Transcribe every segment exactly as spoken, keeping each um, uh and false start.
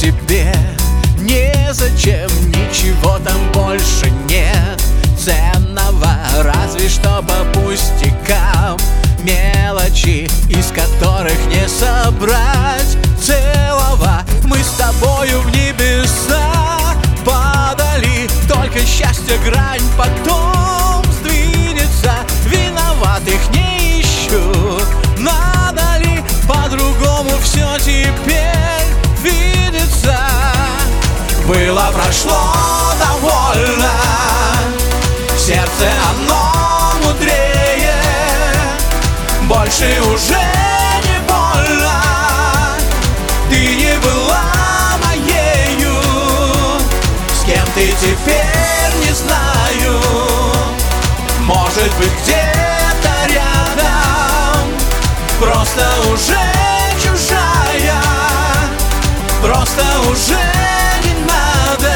тебе незачем, ничего там больше нет ценного, разве что по пустякам, мелочи, из которых не собрать целого. Мы с тобою в небеса падали, только счастье грань потом сдвинется. Виноватых не ищу, надо ли по-другому все теперь видится? Было, прошло, довольно, сердце оно мудрее, больше уже не больно. Ты не была моею, с кем ты теперь, не знаю. Может быть, где-то рядом, просто уже чужая, просто уже не надо.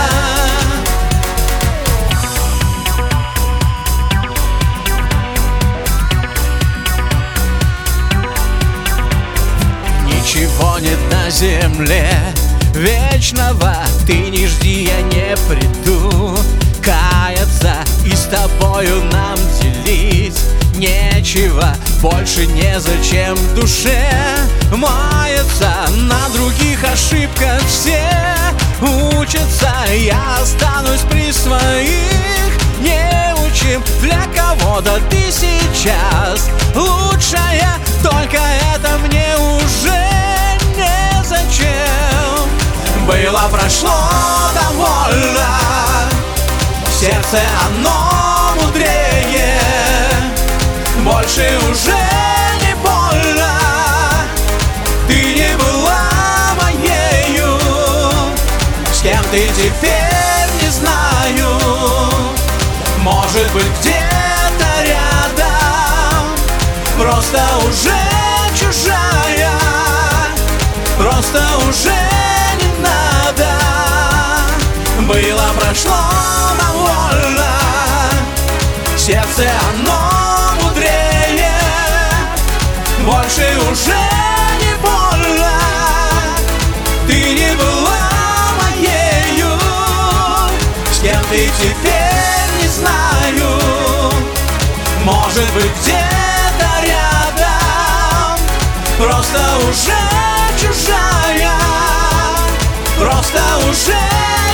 Ничего нет на земле вечного, ты не жди, я не приду каяться, и с тобою нам делить нечего, больше незачем в душе маяться. На других ошибках все учатся, я останусь при своих неучим. Для кого-то ты сейчас лучшая, только это мне уже незачем. Было, прошло, довольно, сердце оно мудрее, больше уже не больно. Ты не была моею, с кем ты теперь, не знаю. Может быть, где-то рядом, просто уже чужая, просто уже не надо. Было, прошло, довольно, сердце оно мудрее, больше уже не больно. Ты не была моею, с кем ты теперь, не знаю. Может быть, где-то рядом, просто уже чужая, просто уже